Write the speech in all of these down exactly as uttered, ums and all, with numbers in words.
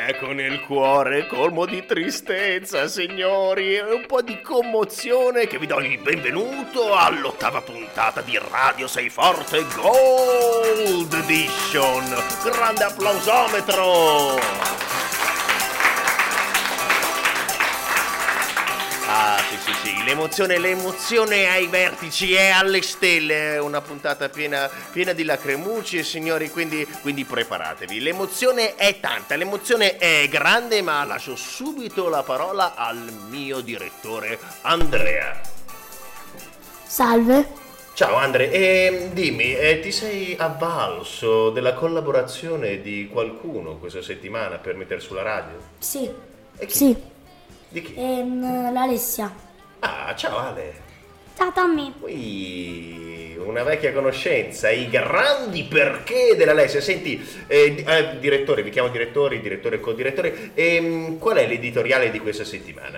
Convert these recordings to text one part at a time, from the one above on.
è con il cuore colmo di tristezza, signori, e un po' di commozione che vi do il benvenuto all'ottava puntata di Radio Sei Forte Gold Edition. Grande applausometro! Ah, sì, sì, sì, l'emozione, l'emozione ai vertici e alle stelle, una puntata piena, piena di lacrimucci, signori, quindi, quindi preparatevi. L'emozione è tanta, l'emozione è grande, ma lascio subito la parola al mio direttore Andrea. Salve. Ciao Andre, e dimmi, eh, ti sei avvalso della collaborazione di qualcuno questa settimana per mettere sulla radio? Sì. E chi? Sì. Di chi? Ehm, l'Alessia. Ah, ciao Ale. Ciao Tommy. Ui, una vecchia conoscenza, i grandi perché dell'Alessia. Senti, eh, eh, direttore, vi chiamo direttori, direttore e co-direttore, ehm, qual è l'editoriale di questa settimana?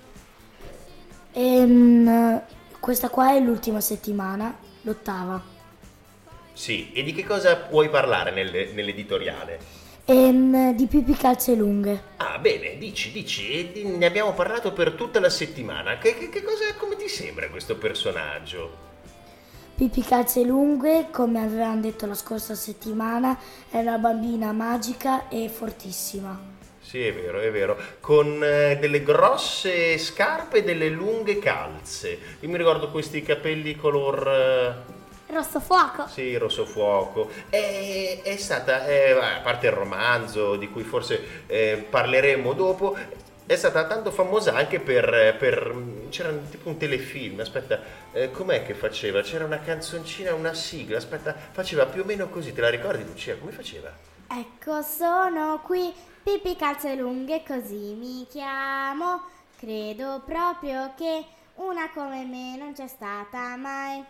Ehm, questa qua è l'ultima settimana, l'ottava. Sì, e di che cosa vuoi parlare nelle- nell'editoriale? Ehm, di Pippi Calze Lunghe. Ah, bene, dici, dici, e di- ne abbiamo parlato per tutta la settimana. Che, che, che cosa, come ti sembra questo personaggio? Pippi Calze Lunghe, come avevamo detto la scorsa settimana, è una bambina magica e fortissima. Sì, è vero, è vero, con eh, delle grosse scarpe e delle lunghe calze. Io mi ricordo questi capelli color... eh, Rosso fuoco. Sì, Rosso Fuoco. È, è stata, eh, a parte il romanzo di cui forse eh, parleremo dopo, è stata tanto famosa anche per, per c'era tipo un telefilm, aspetta, eh, com'è che faceva? C'era una canzoncina, una sigla, aspetta, faceva più o meno così, te la ricordi Lucia? Come faceva? Ecco, sono qui, Pippi Calze Lunghe, così mi chiamo. Credo proprio che una come me non c'è stata mai.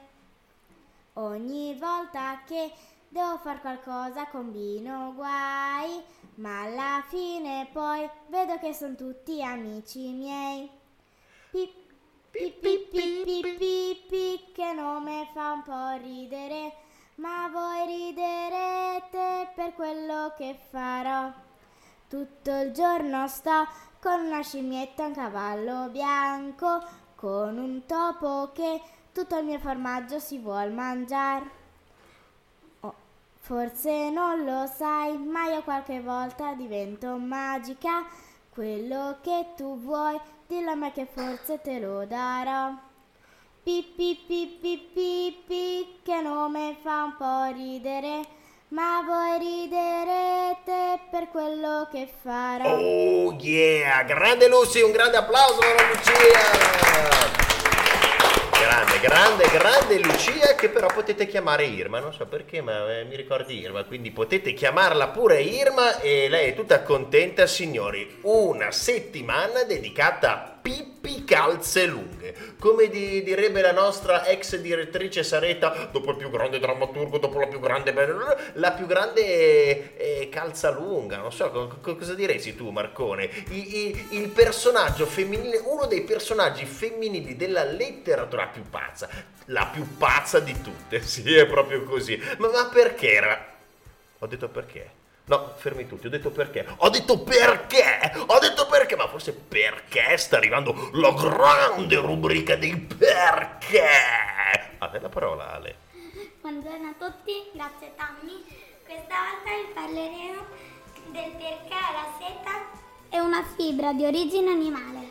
Ogni volta che devo far qualcosa combino guai, ma alla fine poi vedo che sono tutti amici miei. Pippi, pippi, pippi, pippi, che nome fa un po' ridere, ma voi riderete per quello che farò. Tutto il giorno sto con una scimmietta, un cavallo bianco, con un topo che tutto il mio formaggio si vuol mangiare. Oh, forse non lo sai, ma io qualche volta divento magica. Quello che tu vuoi, dillo a me che forse te lo darò. Pippi, pippi, pippi, che nome fa un po' ridere, ma voi riderete per quello che farò. Oh yeah, grande Lucy, un grande applauso per la Lucia! Grande, grande, grande Lucia, che però potete chiamare Irma, non so perché, ma eh, mi ricordi Irma, quindi potete chiamarla pure Irma e lei è tutta contenta, signori. Una settimana dedicata a Pippi Calze Lunghe, come di, direbbe la nostra ex direttrice Sareta, dopo il più grande drammaturgo, dopo la più grande, la più grande eh, calza lunga, non so co- co- cosa diresti tu Marcone, I, i, il personaggio femminile, uno dei personaggi femminili della letteratura più pazza, la più pazza di tutte, sì, è proprio così, ma, ma perché era? Ho detto perché? No, fermi tutti, ho detto perché, ho detto perché, ho detto perché, ma forse perché sta arrivando la grande rubrica dei perché. A te la parola, Ale. Buongiorno a tutti, grazie Tommy. Questa volta vi parleremo del perché la seta è una fibra di origine animale.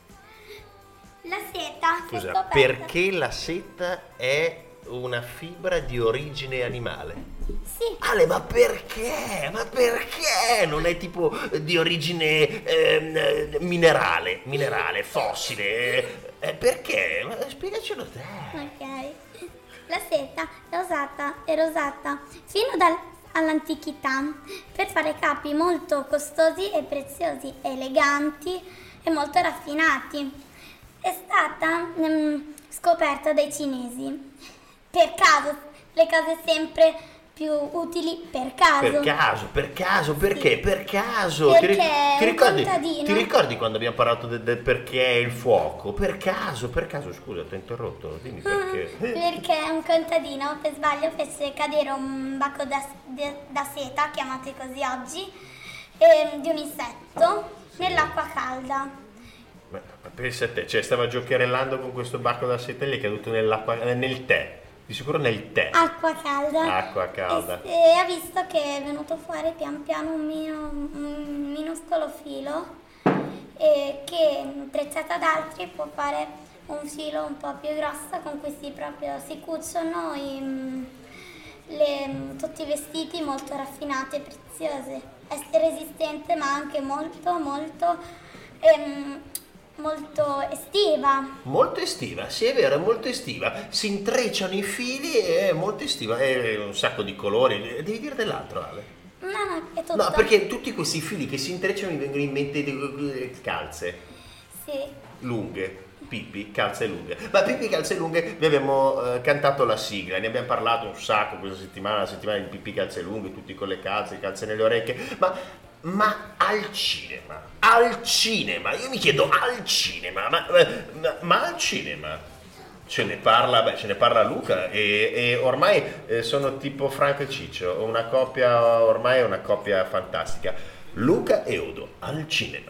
La seta si è Scusa, scoperta... perché la seta è una fibra di origine animale? Sì. Ale, ma perché? Ma perché? Non è tipo di origine ehm, minerale, minerale, fossile? Eh, perché? Ma spiegacelo te. Ok. La seta è usata, era usata fino dal, all'antichità per fare capi molto costosi e preziosi, eleganti e molto raffinati. È stata ehm, scoperta dai cinesi. Per caso, le cose sempre più utili per caso. Per caso, per caso, perché? Sì. Per caso. Perché ti, ri- è ti un ricordi, contadino. ti ricordi quando abbiamo parlato del, del perché il fuoco? Per caso, per caso, scusa, ti ho interrotto, dimmi perché. Perché un contadino per sbaglio fece cadere un bacco da, de- da seta, chiamate così oggi, eh, di un insetto nell'acqua calda. Ma, ma pensa a te, cioè stava giocherellando con questo bacco da seta e gli è caduto nell'acqua, nel tè. Di sicuro nel tè. Acqua calda. Acqua calda. E, e ha visto che è venuto fuori pian piano un, mino, un minuscolo filo e che intrecciato ad altri può fare un filo un po' più grosso con cui si proprio si cuciono i, le, tutti i vestiti molto raffinati e preziosi. È resistente ma anche molto molto ehm, molto estiva. Molto estiva, sì è vero, è molto estiva. Si intrecciano i fili e è molto estiva. È un sacco di colori. Devi dire dell'altro, Ale. No, no, è tutto. No, perché tutti questi fili che si intrecciano mi vengono in mente le calze. Sì. Lunghe. Pippi, calze lunghe. Ma Pippi, calze lunghe, vi abbiamo eh, cantato la sigla, ne abbiamo parlato un sacco questa settimana, la settimana di Pippi, calze lunghe, tutti con le calze, calze nelle orecchie, ma, ma al cinema, al cinema, io mi chiedo al cinema, ma, ma, ma al cinema ce ne parla, beh, ce ne parla Luca e, e ormai eh, sono tipo Franco e Ciccio, una coppia, ormai è una coppia fantastica. Luca e Odo, al cinema.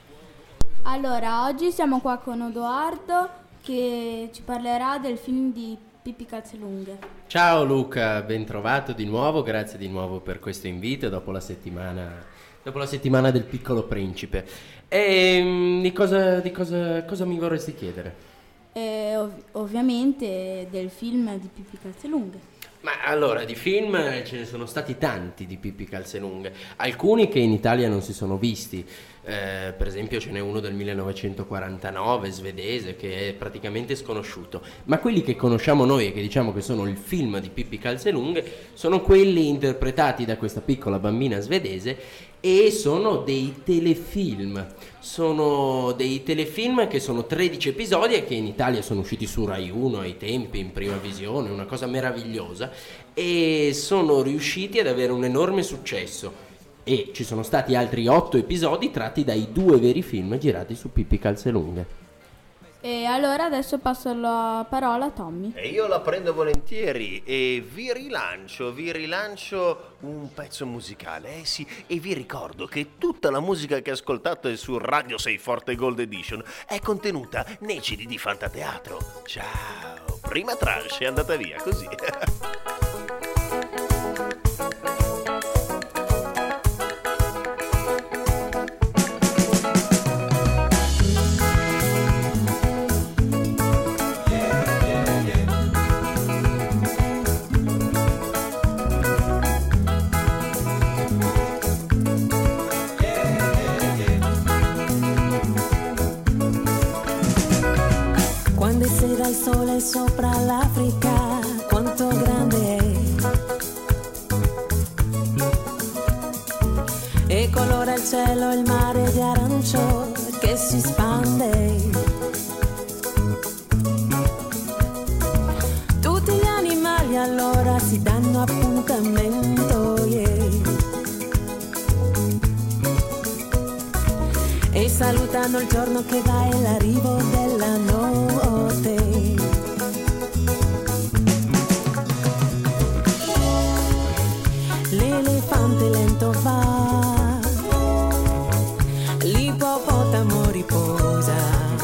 Allora, oggi siamo qua con Odoardo che ci parlerà del film di Pippi Calzelunghe. Ciao Luca, ben trovato di nuovo, grazie di nuovo per questo invito dopo la settimana, dopo la settimana del Piccolo Principe. E di cosa, di cosa, cosa mi vorresti chiedere? E ov- ovviamente del film di Pippi Calzelunghe. Ma allora, di film ce ne sono stati tanti di Pippi Calzelunghe, alcuni che in Italia non si sono visti, eh, per esempio ce n'è uno del millenovecentoquarantanove svedese che è praticamente sconosciuto, ma quelli che conosciamo noi e che diciamo che sono il film di Pippi Calzelunghe sono quelli interpretati da questa piccola bambina svedese e sono dei telefilm, sono dei telefilm che sono tredici episodi e che in Italia sono usciti su Rai uno ai tempi, in prima visione, una cosa meravigliosa, e sono riusciti ad avere un enorme successo. E ci sono stati altri otto episodi tratti dai due veri film girati su Pippi Calzelunghe. E allora adesso passo la parola a Tommy. E io la prendo volentieri e vi rilancio, vi rilancio un pezzo musicale, eh sì, e vi ricordo che tutta la musica che ascoltate su Radio sei Forte Gold Edition è contenuta nei C D di Fantateatro. Ciao, prima tranche è andata via così. Quando si dà il sole sopra l'Africa, quanto grande è, e colora il cielo il mare di arancio che si spande. Tutti gli animali allora si danno appuntamento, yeah, e salutano il giorno che va e l'arrivo della notte. L'elefante lento va, l'ippopotamo riposa,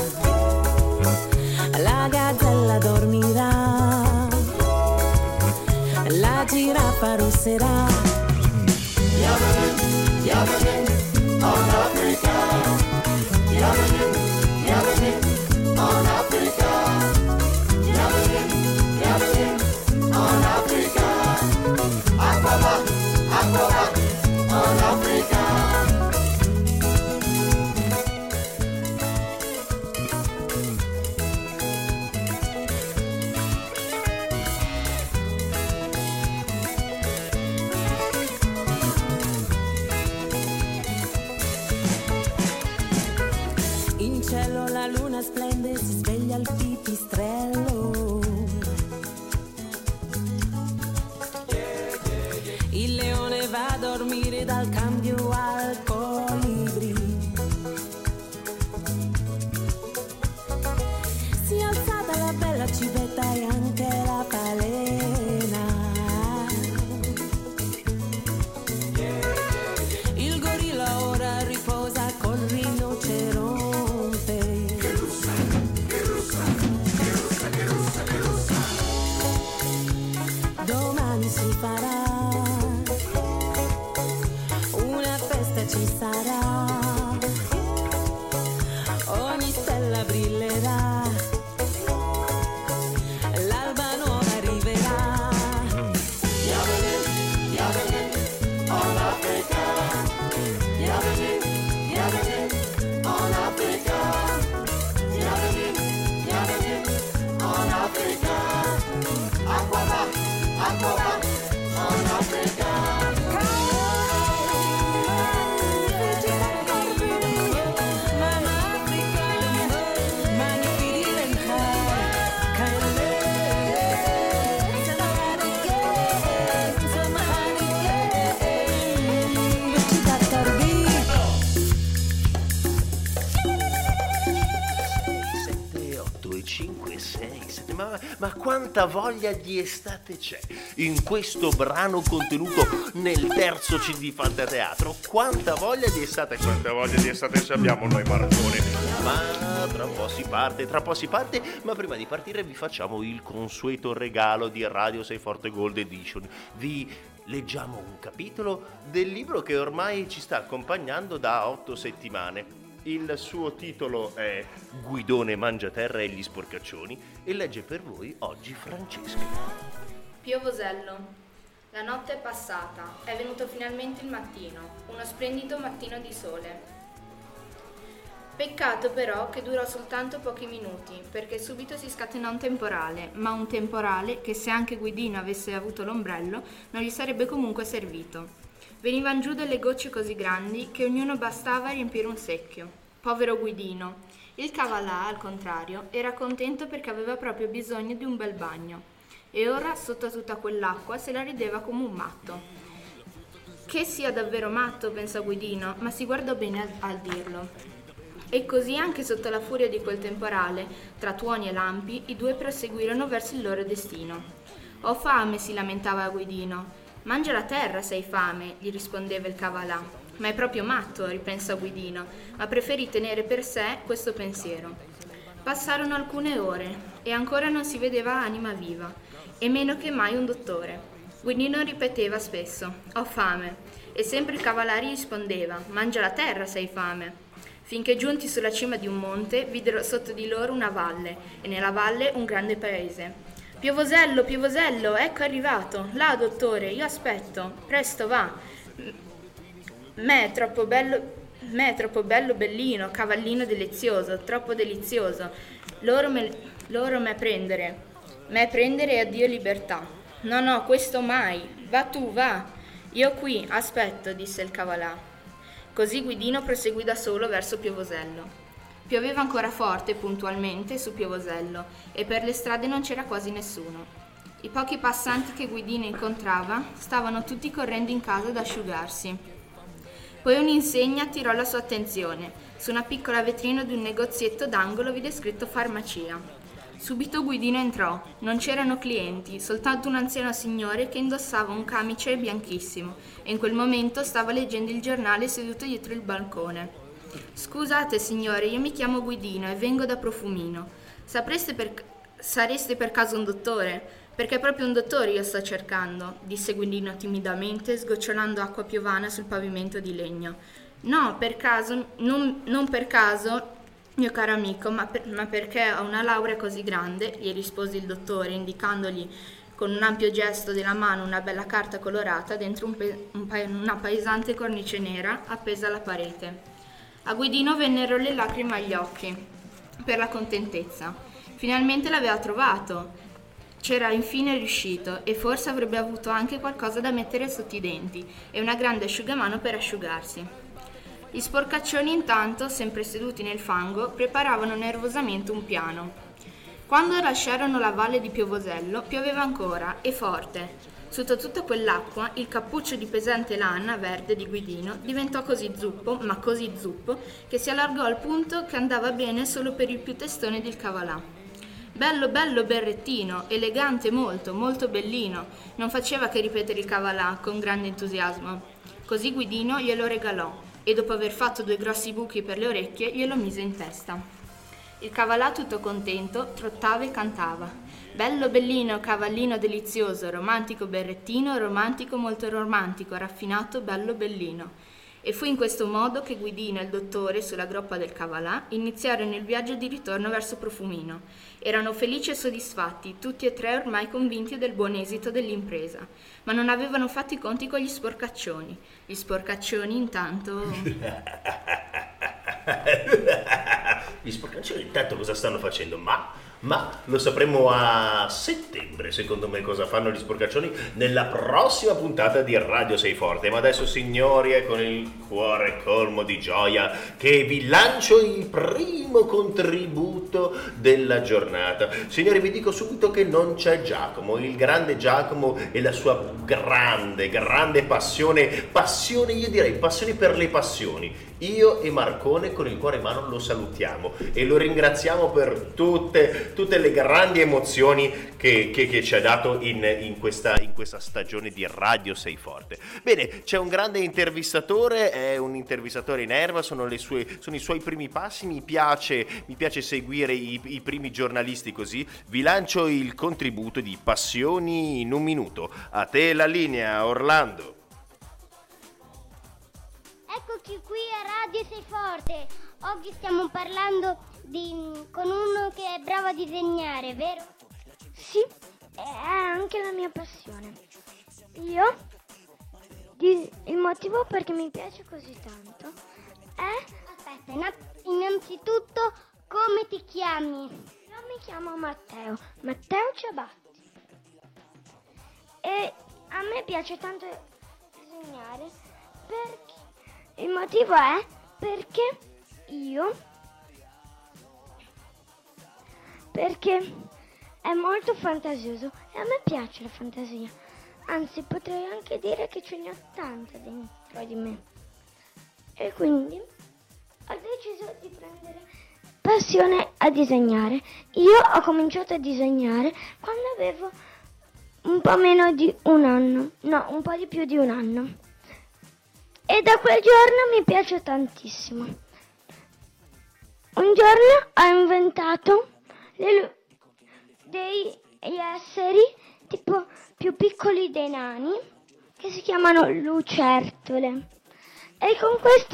la gazzella dormirà, la giraffa russerà. Yabba-doo, yabba-doo, on Africa. Yabba-doo, yabba-doo, on Africa. Yabba-doo, yabba-doo, on Africa. Aquaba, aquaba, on Africa. In cielo la luna splende, si sveglia il pipistrello. Il leone va a dormire dal cambio al colibri. Si è alzata la bella civetta e anche la balena. Il gorilla ma quanta voglia di estate c'è in questo brano contenuto nel terzo C D Fantateatro. Quanta voglia di estate, quanta voglia di estate ci abbiamo noi Marconi. Ma tra un po' si parte, tra un po' si parte, ma prima di partire vi facciamo il consueto regalo di Radio Sei Forte Gold Edition. Vi leggiamo un capitolo del libro che ormai ci sta accompagnando da otto settimane. Il suo titolo è Guidone Mangiaterra e gli sporcaccioni e legge per voi oggi Francesca. Piovosello. La notte è passata, è venuto finalmente il mattino, uno splendido mattino di sole. Peccato però che durò soltanto pochi minuti, perché subito si scatenò un temporale, ma un temporale che se anche Guidino avesse avuto l'ombrello non gli sarebbe comunque servito. Venivano giù delle gocce così grandi che ognuno bastava a riempire un secchio. Povero Guidino. Il cavalà, al contrario, era contento perché aveva proprio bisogno di un bel bagno. E ora, sotto a tutta quell'acqua, se la rideva come un matto. Che sia davvero matto, pensò Guidino, ma si guardò bene al, al dirlo. E così anche sotto la furia di quel temporale, tra tuoni e lampi, i due proseguirono verso il loro destino. Ho fame, si lamentava Guidino. Mangia la terra se hai fame, gli rispondeva il cavalà. Ma è proprio matto, ripensò Guidino, ma preferì tenere per sé questo pensiero. Passarono alcune ore e ancora non si vedeva anima viva, e meno che mai un dottore. Guidino ripeteva spesso, ho fame, e sempre il cavalà rispondeva, mangia la terra se hai fame. Finché giunti sulla cima di un monte, videro sotto di loro una valle, e nella valle un grande paese. Piovosello, Piovosello, ecco è arrivato. Là, dottore, io aspetto. Presto, va. Me è troppo bello, me è troppo bello, bellino, cavallino delizioso, troppo delizioso. Loro me, loro me prendere. Me prendere e addio libertà. No, no, questo mai. Va tu, va. Io qui, aspetto, disse il cavalà. Così Guidino proseguì da solo verso Piovosello. Pioveva ancora forte e puntualmente su Piovosello e per le strade non c'era quasi nessuno. I pochi passanti che Guidino incontrava stavano tutti correndo in casa ad asciugarsi. Poi un'insegna attirò la sua attenzione. Su una piccola vetrina di un negozietto d'angolo vide scritto farmacia. Subito Guidino entrò. Non c'erano clienti, soltanto un anziano signore che indossava un camice bianchissimo e in quel momento stava leggendo il giornale seduto dietro il balcone. Scusate signore, io mi chiamo Guidino e vengo da Profumino. Sapreste per... Sareste per caso un dottore? Perché è proprio un dottore io sto cercando, disse Guidino timidamente, sgocciolando acqua piovana sul pavimento di legno. No, per caso, non, non per caso, mio caro amico, ma, per, ma perché ho una laurea così grande, gli rispose il dottore, indicandogli con un ampio gesto della mano una bella carta colorata dentro un pe... un pa... una paesante cornice nera appesa alla parete. A Guidino vennero le lacrime agli occhi per la contentezza. Finalmente l'aveva trovato. C'era infine riuscito e forse avrebbe avuto anche qualcosa da mettere sotto i denti e una grande asciugamano per asciugarsi. Gli sporcaccioni intanto, sempre seduti nel fango, preparavano nervosamente un piano. Quando lasciarono la valle di Piovosello, pioveva ancora e forte. Sotto tutta quell'acqua, il cappuccio di pesante lana verde di Guidino diventò così zuppo, ma così zuppo, che si allargò al punto che andava bene solo per il più testone del cavalà. Bello, bello berrettino, elegante molto, molto bellino, non faceva che ripetere il cavalà con grande entusiasmo. Così Guidino glielo regalò e dopo aver fatto due grossi buchi per le orecchie glielo mise in testa. Il cavalà, tutto contento, trottava e cantava. Bello bellino, cavallino delizioso, romantico berrettino, romantico molto romantico, raffinato, bello bellino. E fu in questo modo che Guidino e il dottore, sulla groppa del cavalà, iniziarono il viaggio di ritorno verso Profumino. Erano felici e soddisfatti, tutti e tre ormai convinti del buon esito dell'impresa, ma non avevano fatto i conti con gli sporcaccioni. Gli sporcaccioni intanto... Gli sporcaccioni intanto cosa stanno facendo? Ma... Ma lo sapremo a settembre, secondo me, cosa fanno gli sporcaccioni nella prossima puntata di Radio Sei Forte. Ma adesso, signori, è con il cuore colmo di gioia che vi lancio il primo contributo della giornata. Signori, vi dico subito che non c'è Giacomo, il grande Giacomo e la sua grande, grande passione, passione, io direi passione per le passioni. Io e Marcone con il cuore in mano lo salutiamo e lo ringraziamo per tutte tutte, tutte le grandi emozioni che, che, che ci ha dato in, in, questa, in questa stagione di Radio Sei Forte. Bene, c'è un grande intervistatore, è un intervistatore in erba, sono, le sue, sono i suoi primi passi, mi piace, mi piace seguire i, i primi giornalisti così. Vi lancio il contributo di Passioni in un minuto. A te la linea, Orlando. Eccoci qui a Radio Sei Forte. Oggi stiamo parlando di, con uno che è bravo a disegnare, vero? Sì, è anche la mia passione. Io, di, il motivo perché mi piace così tanto è... Aspetta, innanzitutto come ti chiami? Io mi chiamo Matteo, Matteo Ciabatti. E a me piace tanto disegnare perché... Il motivo è perché io, perché è molto fantasioso e a me piace la fantasia. Anzi, potrei anche dire che ce ne ho tanta dentro di me. E quindi ho deciso di prendere passione a disegnare. Io ho cominciato a disegnare quando avevo un po' meno di un anno, no, un po' di più di un anno. E da quel giorno mi piace tantissimo. Un giorno ho inventato le, dei esseri tipo più piccoli dei nani che si chiamano lucertole. E con questi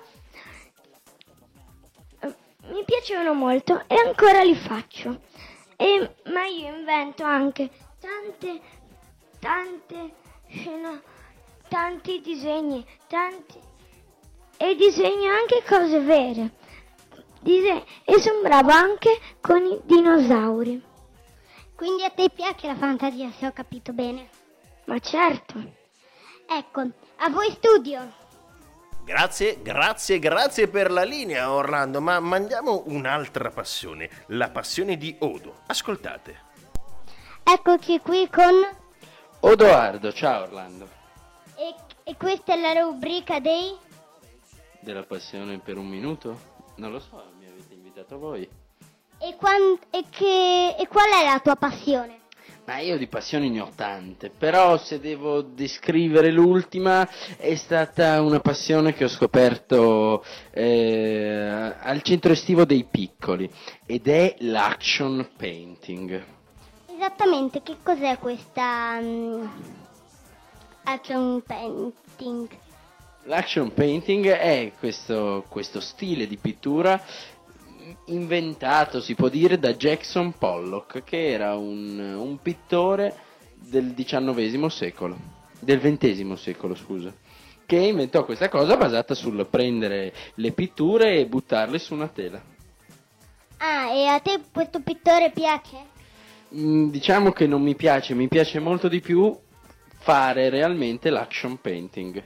io mi piacevano molto e ancora li faccio. E, ma io invento anche tante, tante scene. Tanti disegni, tanti e disegno anche cose vere. Dise- e sono bravo anche con i dinosauri. Quindi a te piace la fantasia, se ho capito bene. Ma certo. Ecco, a voi studio. Grazie, grazie, grazie per la linea, Orlando, ma mandiamo un'altra passione, la passione di Odo. Ascoltate. Eccoci qui con Odoardo, ciao Orlando. E, e questa è la rubrica dei... Della passione per un minuto? Non lo so, mi avete invitato voi. E, quan, e, che, e qual è la tua passione? Ma io di passioni ne ho tante, però se devo descrivere l'ultima è stata una passione che ho scoperto eh, al centro estivo dei Piccoli ed è l'action painting. Esattamente, che cos'è questa... Um... action painting? L'action painting è questo, questo stile di pittura inventato, si può dire, da Jackson Pollock, che era un, un pittore del diciannovesimo secolo, del ventesimo secolo, scusa, che inventò questa cosa basata sul prendere le pitture e buttarle su una tela. Ah, e a te questo pittore piace? Mm, diciamo che non mi piace, mi piace molto di più fare realmente l'action painting.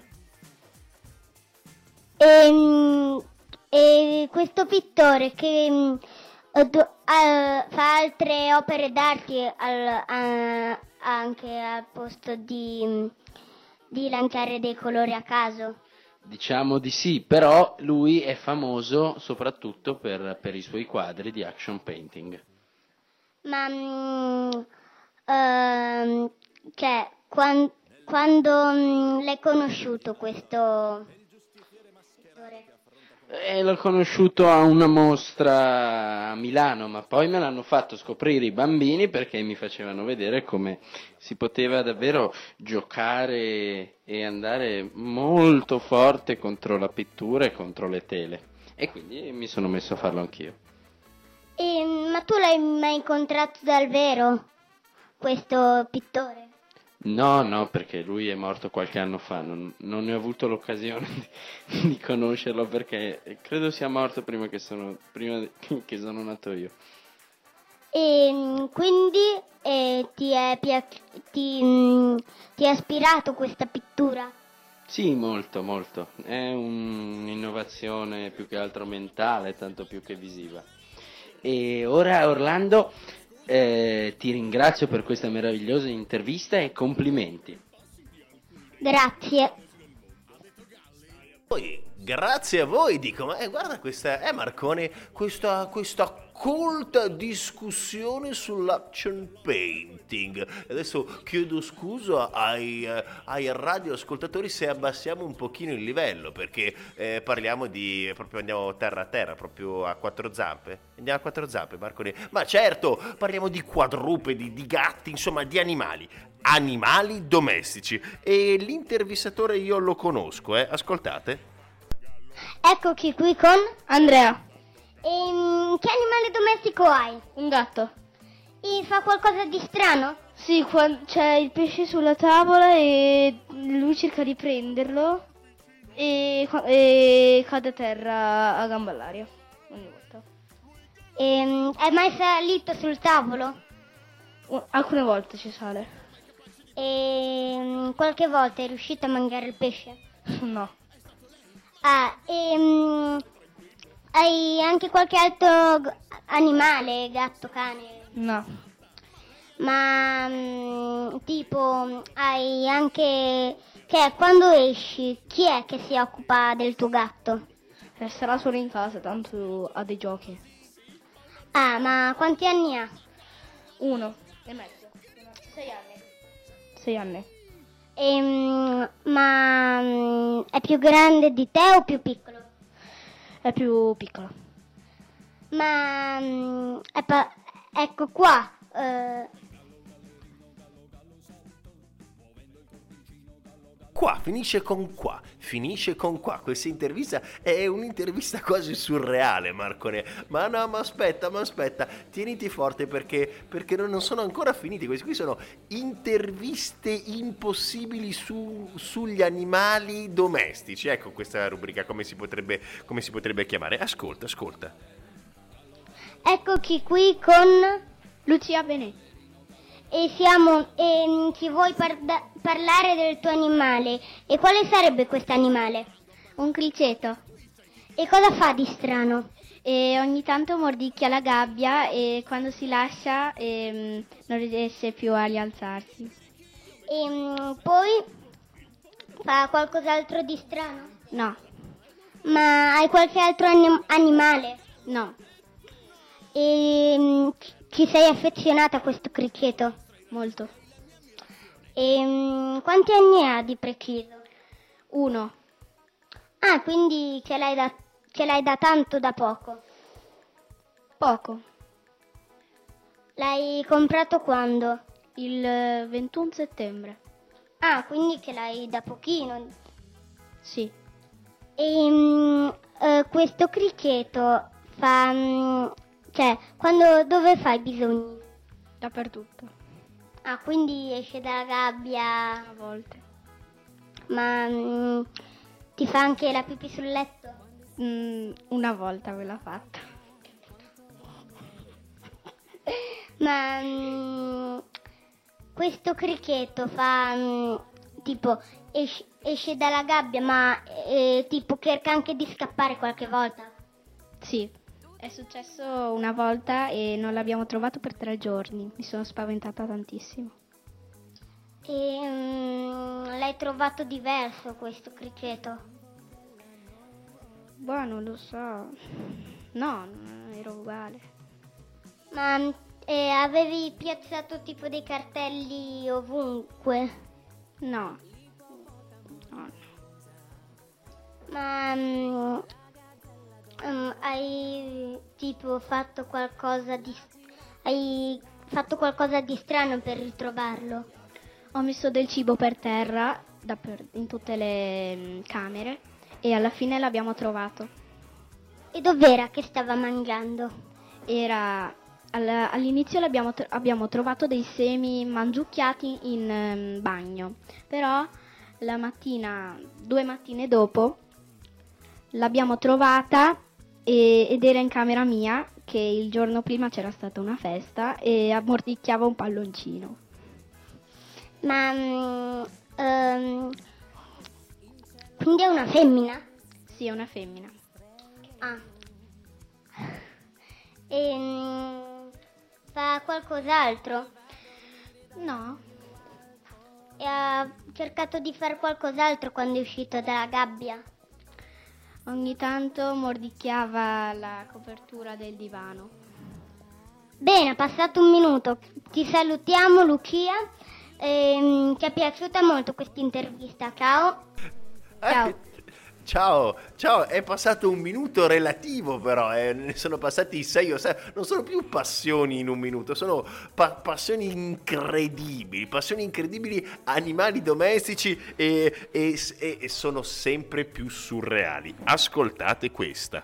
E, e questo pittore che uh, do, uh, fa altre opere d'arte al, uh, anche al posto di, di lanciare dei colori a caso? Diciamo di sì, però lui è famoso soprattutto per, per i suoi quadri di action painting. Ma um, uh, cioè Quando, quando mh, l'hai conosciuto questo pittore? Eh, l'ho conosciuto a una mostra a Milano, ma poi me l'hanno fatto scoprire i bambini perché mi facevano vedere come si poteva davvero giocare e andare molto forte contro la pittura e contro le tele. E quindi mi sono messo a farlo anch'io. E, ma tu l'hai mai incontrato dal vero, questo pittore? No, no, perché lui è morto qualche anno fa, non, non ne ho avuto l'occasione di, di conoscerlo perché credo sia morto prima che sono, prima che sono nato io. E quindi eh, ti, è, ti, mh, ti ha ispirato questa pittura? Sì, molto, molto. È un'innovazione più che altro mentale, tanto più che visiva. E ora Orlando... Eh, ti ringrazio per questa meravigliosa intervista e complimenti. Grazie. Poi Grazie a voi, dico, ma eh, guarda questa, eh Marcone, questa, questa colta discussione sull'action painting. Adesso chiedo scusa ai, eh, ai radioascoltatori se abbassiamo un pochino il livello, perché eh, parliamo di, proprio andiamo terra a terra, proprio a quattro zampe. Andiamo a quattro zampe, Marcone. Ma certo, parliamo di quadrupedi, di gatti, insomma di animali. Animali domestici. E l'intervistatore io lo conosco, eh, ascoltate. Eccoci qui con Andrea, Ehm, che animale domestico hai? un gatto. E fa qualcosa di strano? Sì, qua- c'è il pesce sulla tavola e lui cerca di prenderlo e, qua- e cade a terra a gamba all'aria ogni volta. Ehm, è mai salito sul tavolo? U- Alcune volte ci sale. E qualche volta è riuscito a mangiare il pesce? No. Ah, ehm, hai anche qualche altro g- animale, gatto, cane? No. Ma mm, tipo hai anche, che quando esci, chi è che si occupa del tuo gatto? Resterà solo in casa, tanto ha dei giochi. Ah, ma quanti anni ha? Uno e mezzo. Sei anni. Sei anni. Ehm, ma mm, è più grande di te o più piccolo? È più piccolo. Ma mm, è pa- ecco qua. eh, Qua, finisce con qua, finisce con qua. Questa intervista è un'intervista quasi surreale, Marcone. Ma no, ma aspetta, ma aspetta, tieniti forte perché, perché non sono ancora finiti. Questi qui sono interviste impossibili su, sugli animali domestici. Ecco questa rubrica, come si potrebbe, come si potrebbe chiamare. Ascolta, ascolta. Eccoci qui con Lucia Benetti. e siamo e ci vuoi parda- parlare del tuo animale. E quale sarebbe questo animale? Un criceto. E cosa fa di strano? E ogni tanto mordicchia la gabbia e quando si lascia ehm, non riesce più a rialzarsi. E mm, poi fa qualcos'altro di strano? No, Ma hai qualche altro anim- animale? no, E mm, ci sei affezionata a questo criceto? molto. E mm, quanti anni ha di preciso? Uno, Ah, quindi ce l'hai da, ce l'hai da tanto da poco. poco. L'hai comprato quando? Il eh, ventuno settembre. Ah, quindi ce l'hai da pochino. Sì, E mm, eh, questo criceto fa, mm, cioè, quando, dove fa i bisogni? dappertutto. Ah, quindi esce dalla gabbia, A volte. ma mm, ti fa anche la pipì sul letto? Mm, una volta me l'ha fatta. Ma mm, questo criceto fa, mm, tipo, esce, esce dalla gabbia, ma eh, tipo cerca anche di scappare qualche volta? Sì, è successo una volta e non l'abbiamo trovato per tre giorni. Mi sono spaventata tantissimo. E mm, l'hai trovato diverso questo criceto? Boh, non lo so. No, non era uguale. Ma mm, eh, avevi piazzato tipo dei cartelli ovunque? No. No. Ma mm, mm, hai tipo fatto qualcosa di hai fatto qualcosa di strano per ritrovarlo? Ho messo del cibo per terra dapper- in tutte le mm, camere e alla fine l'abbiamo trovato. E dov'era che stava mangiando? Era al- all'inizio l'abbiamo tro- abbiamo trovato dei semi mangiucchiati in ehm, bagno, però la mattina, due mattine dopo, l'abbiamo trovata e- ed era in camera mia, che il giorno prima c'era stata una festa e ammordicchiava un palloncino. Ma mm, ehm, quindi è una femmina? Sì, è una femmina. Ah. E mm, fa qualcos'altro? No, E ha cercato di fare qualcos'altro quando è uscito dalla gabbia? ogni tanto mordicchiava la copertura del divano. Bene, è passato un minuto. Ti salutiamo, Lucia. Ehm, ti è piaciuta molto questa intervista. Ciao. Ciao. Eh, ciao, ciao, è passato un minuto relativo però, eh. Ne sono passati sei o sette, non sono più passioni in un minuto, sono pa- passioni incredibili, passioni incredibili, animali domestici e, e, e, e sono sempre più surreali. Ascoltate questa.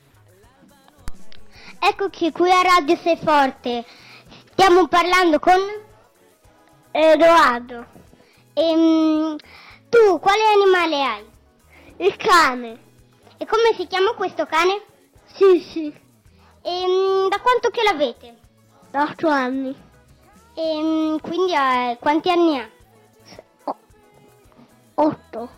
Eccoci qui a Radio Sei Forte. Stiamo parlando con Edoardo. Ehm, tu quale animale hai? Il cane. E come si chiama questo cane? Sì, sì. Ehm, da quanto che l'avete? Da otto anni. Ehm, quindi eh, quanti anni ha? Otto.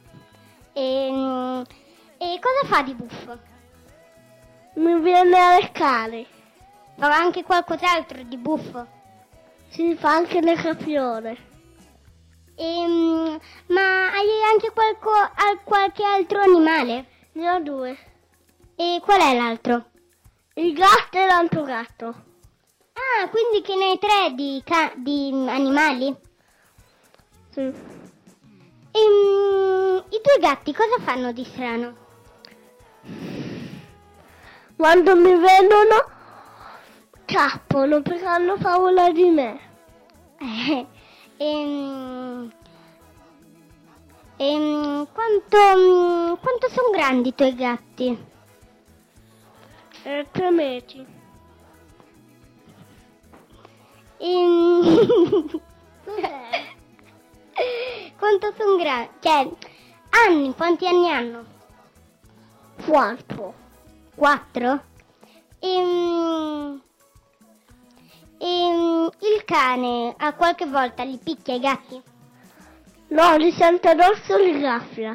Ehm, e cosa fa di buffo? Mi viene a leccare. Fa anche qualcos'altro di buffo? Si fa anche le capriole. Ehm, ma hai anche qualco, al- qualche altro animale? Ne ho due. E qual è l'altro? Il gatto e l'altro gatto. Ah, quindi che ne hai tre di, ca- di animali? Sì. Ehm, i tuoi gatti cosa fanno di strano? Quando mi vedono cappano perché hanno paura di me. Eh, ehm, ehm, quanto, quanto sono grandi i tuoi gatti? Eh, tre metri. Ehm, quanto sono grandi? Cioè, anni, quanti anni hanno? Quattro. Quattro? Ehm, ehm, il cane a qualche volta li picchia i gatti? No, li sente addosso e li graffia.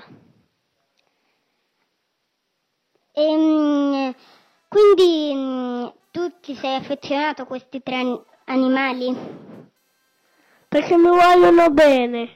Ehm, quindi mh, tu ti sei affezionato a questi tre an- animali? Perché mi vogliono bene.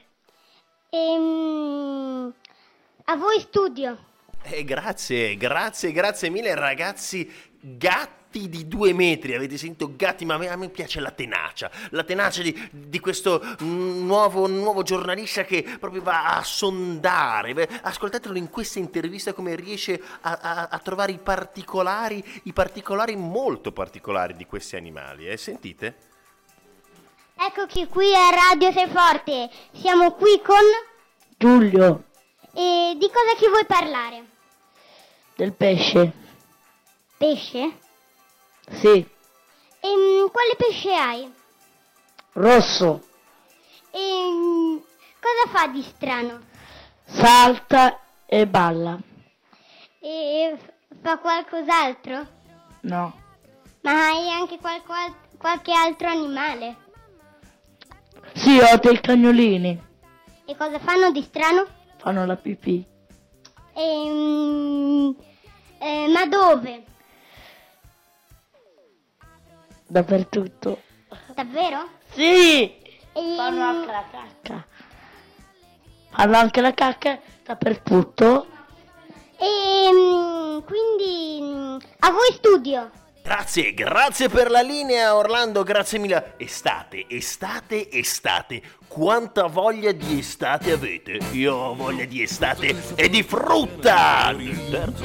Ehm, a voi studio. Eh, grazie, grazie, grazie mille ragazzi, gatti di due metri, avete sentito gatti, ma a me, a me piace la tenacia, la tenacia di, di questo mm, nuovo, nuovo giornalista che proprio va a sondare. Beh, ascoltatelo in questa intervista come riesce a, a, a trovare i particolari, i particolari molto particolari di questi animali, eh? Sentite? Eccoci qui a Radio Sei Forte, siamo qui con Giulio. E di cosa ci vuoi parlare? Del pesce. Pesce? Sì. Ehm, quale pesce hai? Rosso. Ehm, cosa fa di strano? Salta e balla. E fa qualcos'altro? No. Ma hai anche qualco al- qualche altro animale? Sì, ho dei cagnolini. E cosa fanno di strano? Fanno la pipì. Ehm, eh, ma dove? Dappertutto. Davvero? Sì. Ehm, Fanno anche la cacca. Fanno anche la cacca dappertutto. Ehm, quindi mm, a voi studio. Grazie, grazie per la linea Orlando, grazie mille. Estate, estate, estate. Quanta voglia di estate avete? Io ho voglia di estate e di frutta. Il terzo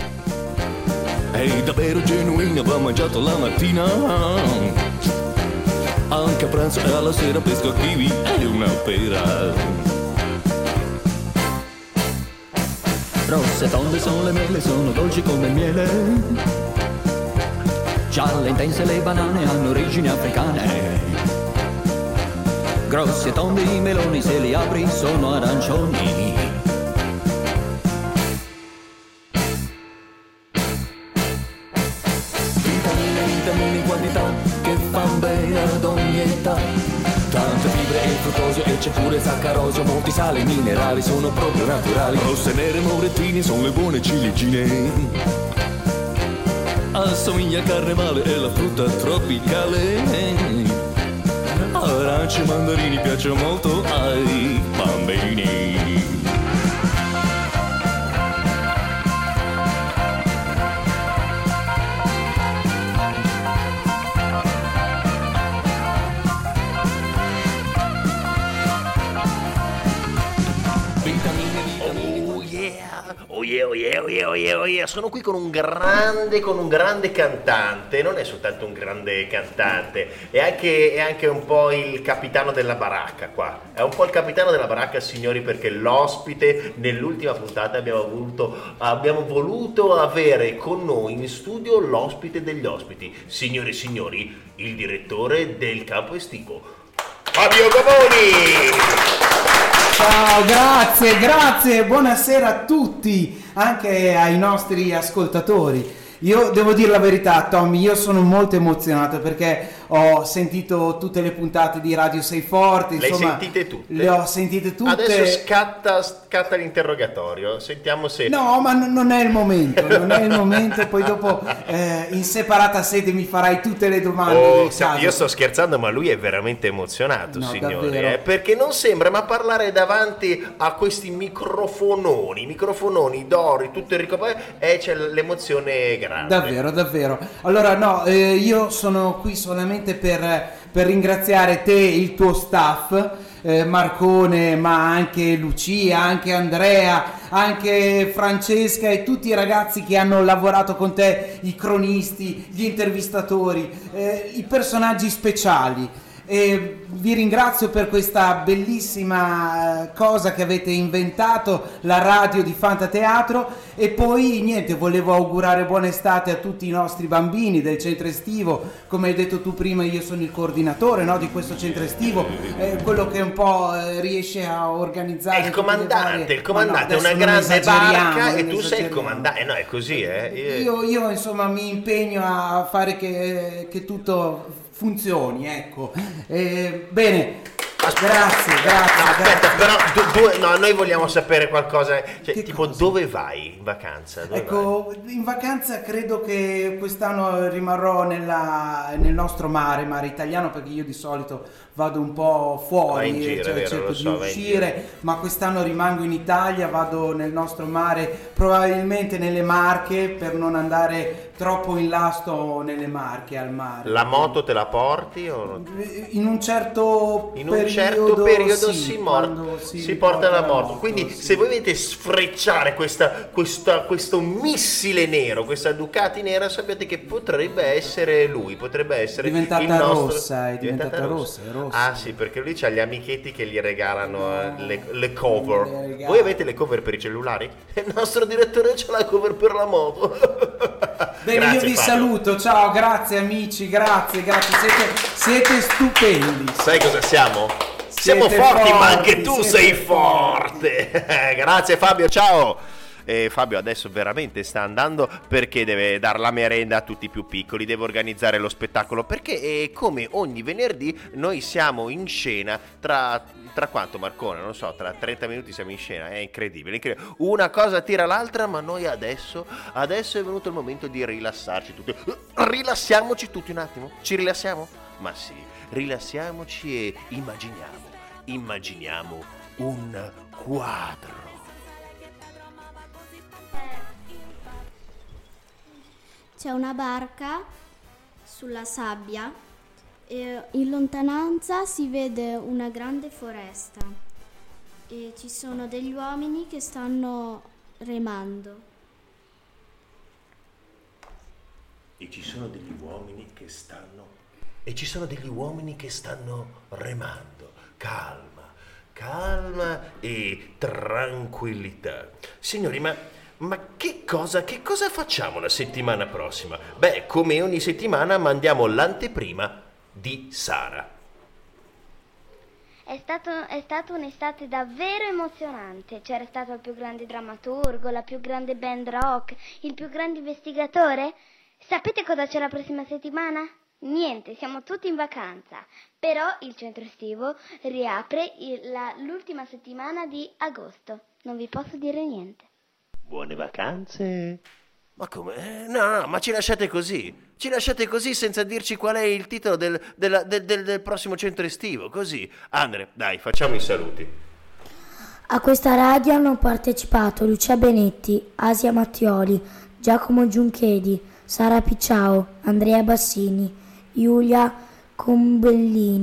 È davvero genuina, va mangiato la mattina. Anche a pranzo e alla sera pesco kiwi e una pera. Rosse tonde sono le mele, sono dolci come il miele. Gialle intense le banane hanno origini africane. Grossi e tondi i meloni, se li apri sono arancioni. Vitamine, vitamine in quantità che fan bene ad ogni età. Tante fibre e fruttosio e c'è pure zaccarosio. Molti sali minerali sono proprio naturali. Rosse e nere morettine sono le buone ciliegine. Assomiglia a carnevale e la frutta tropicale. Arance e mandarini piacciono molto ai bambini. Oh yeah, oh yeah, oh yeah, oh yeah, oh yeah, oh yeah. Sono qui con un grande, con un grande cantante. Non è soltanto un grande cantante, è anche, è anche un po' il capitano della baracca qua. È un po' il capitano della baracca, signori, perché l'ospite nell'ultima puntata abbiamo voluto, abbiamo voluto avere con noi in studio l'ospite degli ospiti. Signori e signori, il direttore del campo estivo, Fabio Gomoni! Ciao, grazie, grazie, buonasera a tutti, anche ai nostri ascoltatori. Io devo dire la verità, Tommy, io sono molto emozionato perché ho sentito tutte le puntate di Radio Sei Forte, insomma, le hai sentite tutte? Le ho sentite tutte. Adesso scatta, scatta l'interrogatorio, sentiamo se... No, ma n- non è il momento, non è il momento, poi dopo eh, in separata sede mi farai tutte le domande oh, del caso. Io sto scherzando, ma lui è veramente emozionato, no, signori, eh, perché non sembra, ma parlare davanti a questi microfononi, microfononi d'oro, tutto il ricoperto, e c'è l'emozione grande. Davvero, davvero. Allora no, eh, io sono qui solamente per, per ringraziare te e il tuo staff, eh, Marcone, ma anche Lucia, anche Andrea, anche Francesca e tutti i ragazzi che hanno lavorato con te, i cronisti, gli intervistatori, eh, i personaggi speciali. E vi ringrazio per questa bellissima cosa che avete inventato, la radio di Fantateatro. E poi niente, volevo augurare buona estate a tutti i nostri bambini del centro estivo. Come hai detto tu prima, io sono il coordinatore, no, di questo centro estivo, eh, quello che un po' eh, riesce a organizzare. È il comandante, varie... il comandante, no, una grande barca e tu esageriamo. sei il comandante. Eh, no, è così, eh. Io, io insomma mi impegno a fare che, che tutto funzioni, ecco. Eh, bene. Grazie, grazie. No, aspetta, grazie. però du- due, no, noi vogliamo sapere qualcosa. Cioè, Che tipo, cosa? dove vai in vacanza? Dove Ecco, vai? in vacanza credo che quest'anno rimarrò nella, nel nostro mare, mare italiano, perché io di solito vado un po' fuori, Vai in giro, cioè è vero, cerco lo di so, vai in uscire, ma quest'anno rimango in Italia, vado nel nostro mare, probabilmente nelle Marche, per non andare troppo in là sto nelle Marche al mare. La moto te la porti? O... In un certo In un periodo, certo periodo sì, si, quando mor- si, si porta la moto. moto, Quindi sì. se voi volete sfrecciare questa, questa, questo missile nero, questa Ducati nera, sapete che potrebbe essere lui, potrebbe essere diventata il nostro... rossa, è diventata rossa, è rossa. Ah sì, perché lui c'ha gli amichetti che gli regalano eh, le, le cover. Le regala. Voi avete le cover per i cellulari? Il nostro direttore c'ha la cover per la moto. Bene, Grazie, io vi Fabio. saluto, ciao, grazie amici, grazie, grazie, siete, siete stupendi. Sai cosa siamo? Siamo Siete forti, forti, ma anche tu siete sei forte. Grazie Fabio, ciao. E Fabio adesso veramente sta andando perché deve dare la merenda a tutti i più piccoli, deve organizzare lo spettacolo, perché eh, come ogni venerdì noi siamo in scena tra... Tra quanto, Marcone? Non so, tra trenta minuti siamo in scena, è incredibile, incredibile. Una cosa tira l'altra, ma noi adesso, adesso è venuto il momento di rilassarci tutti. Rilassiamoci tutti un attimo, ci rilassiamo? Ma sì, rilassiamoci e immaginiamo, immaginiamo un quadro. C'è una barca sulla sabbia e in lontananza si vede una grande foresta e ci sono degli uomini che stanno remando. E ci sono degli uomini che stanno e ci sono degli uomini che stanno remando. Calma, calma e tranquillità. Signori, ma Ma che cosa, che cosa facciamo la settimana prossima? Beh, come ogni settimana mandiamo l'anteprima di Sara. È stato, è stata un'estate davvero emozionante. C'era stato il più grande drammaturgo, la più grande band rock, il più grande investigatore. Sapete cosa c'è la prossima settimana? Niente, siamo tutti in vacanza. Però il centro estivo riapre il, la, l'ultima settimana di agosto. Non vi posso dire niente. Buone vacanze. Ma come? Eh, no, no, ma ci lasciate così. Ci lasciate così senza dirci qual è il titolo del, della, del, del, del prossimo centro estivo. Così. Andre, dai, facciamo i saluti. A questa radio hanno partecipato Lucia Benetti, Asia Mattioli, Giacomo Giunchedi, Sara Picciao, Andrea Bassini, Giulia Combellini,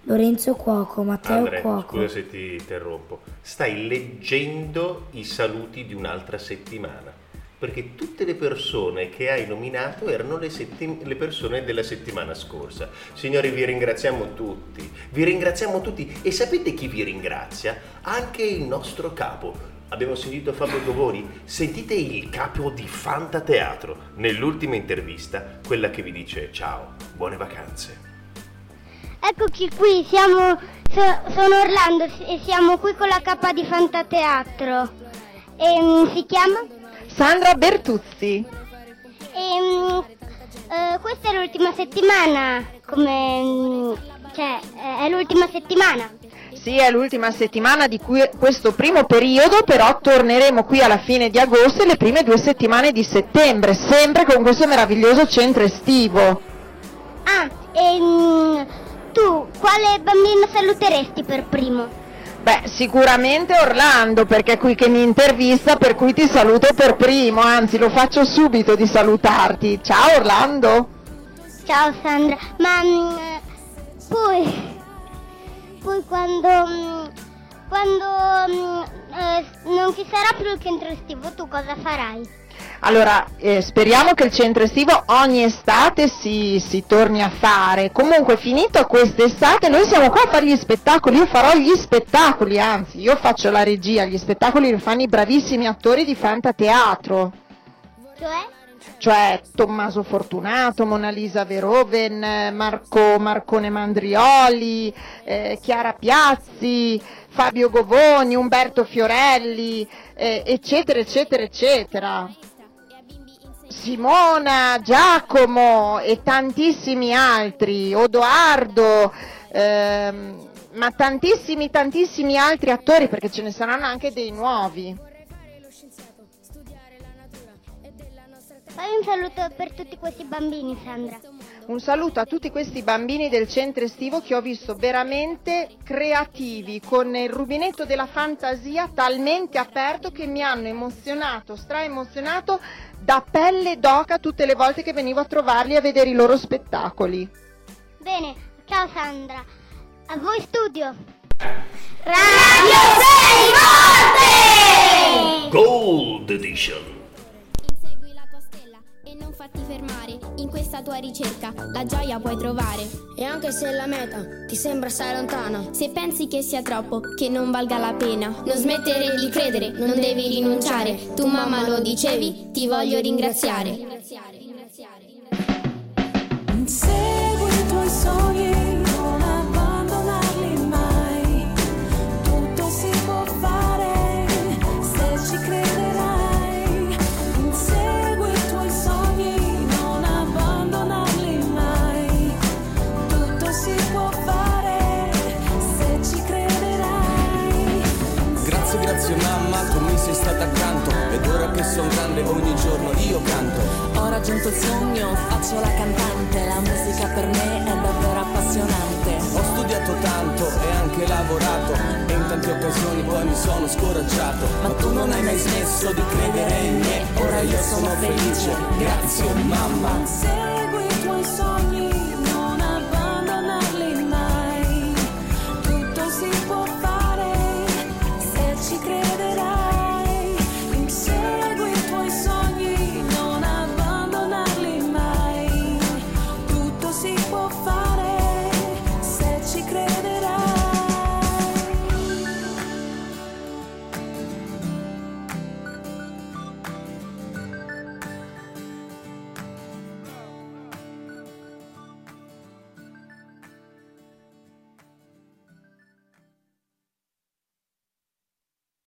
Lorenzo Cuoco, Matteo Andre, Cuoco. scusa se ti interrompo. Stai leggendo i saluti di un'altra settimana, perché tutte le persone che hai nominato erano le, settim- le persone della settimana scorsa. Signori, vi ringraziamo tutti, vi ringraziamo tutti e sapete chi vi ringrazia? Anche il nostro capo. Abbiamo sentito Fabio Govoni, sentite il capo di Fantateatro nell'ultima intervista, quella che vi dice ciao, buone vacanze. Eccoci qui, siamo, so- sono Orlando e siamo qui con la capa di Fantateatro. E, um, si chiama? Sandra Bertuzzi. E, um, uh, questa è l'ultima settimana, come, um, cioè è l'ultima settimana. Sì, è l'ultima settimana di cui questo primo periodo, però torneremo qui alla fine di agosto e le prime due settimane di settembre, sempre con questo meraviglioso centro estivo. Ah, e um, tu quale bambino saluteresti per primo? Beh, sicuramente Orlando, perché è qui che mi intervista, per cui ti saluto per primo, anzi lo faccio subito di salutarti. Ciao Orlando! Ciao Sandra, ma um, poi... Poi quando, quando eh, non ci sarà più il centro estivo, tu cosa farai? Allora, eh, speriamo che il centro estivo ogni estate si, si torni a fare. Comunque, finito quest'estate, noi siamo qua a fare gli spettacoli. Io farò gli spettacoli, anzi, io faccio la regia. Gli spettacoli li fanno i bravissimi attori di Fantateatro. Cioè? Cioè Tommaso Fortunato, Mona Lisa Verhoeven, Marco Marcone Mandrioli, eh, Chiara Piazzi, Fabio Govoni, Umberto Fiorelli, eh, eccetera eccetera eccetera. Simona, Giacomo e tantissimi altri, Odoardo, ehm, ma tantissimi tantissimi altri attori, perché ce ne saranno anche dei nuovi. Fai un saluto per tutti questi bambini, Sandra. Un saluto a tutti questi bambini del centro estivo che ho visto veramente creativi, con il rubinetto della fantasia talmente aperto che mi hanno emozionato, straemozionato da pelle d'oca tutte le volte che venivo a trovarli a vedere i loro spettacoli. Bene, ciao Sandra. A voi studio. Radio sei Volte! Gold Edition. Non fatti fermare, in questa tua ricerca la gioia puoi trovare. E anche se la meta ti sembra assai lontana, se pensi che sia troppo, che non valga la pena, non smettere di credere, non devi rinunciare. Tu mamma lo dicevi, ti voglio ringraziare. ringraziare, ringraziare, ringraziare. Segui i tuoi sogni, non abbandonarli mai. Tutto si può fare se ci crederai. Grazie mamma, tu mi sei stata accanto, ed ora che sono grande ogni giorno io canto. Ho raggiunto il sogno, faccio la cantante, la musica per me è davvero appassionante. Ho studiato tanto e anche lavorato, e in tante occasioni poi mi sono scoraggiato. Ma tu non hai mai smesso di credere in me, ora io sono felice, grazie mamma. Segui i tuoi sogni.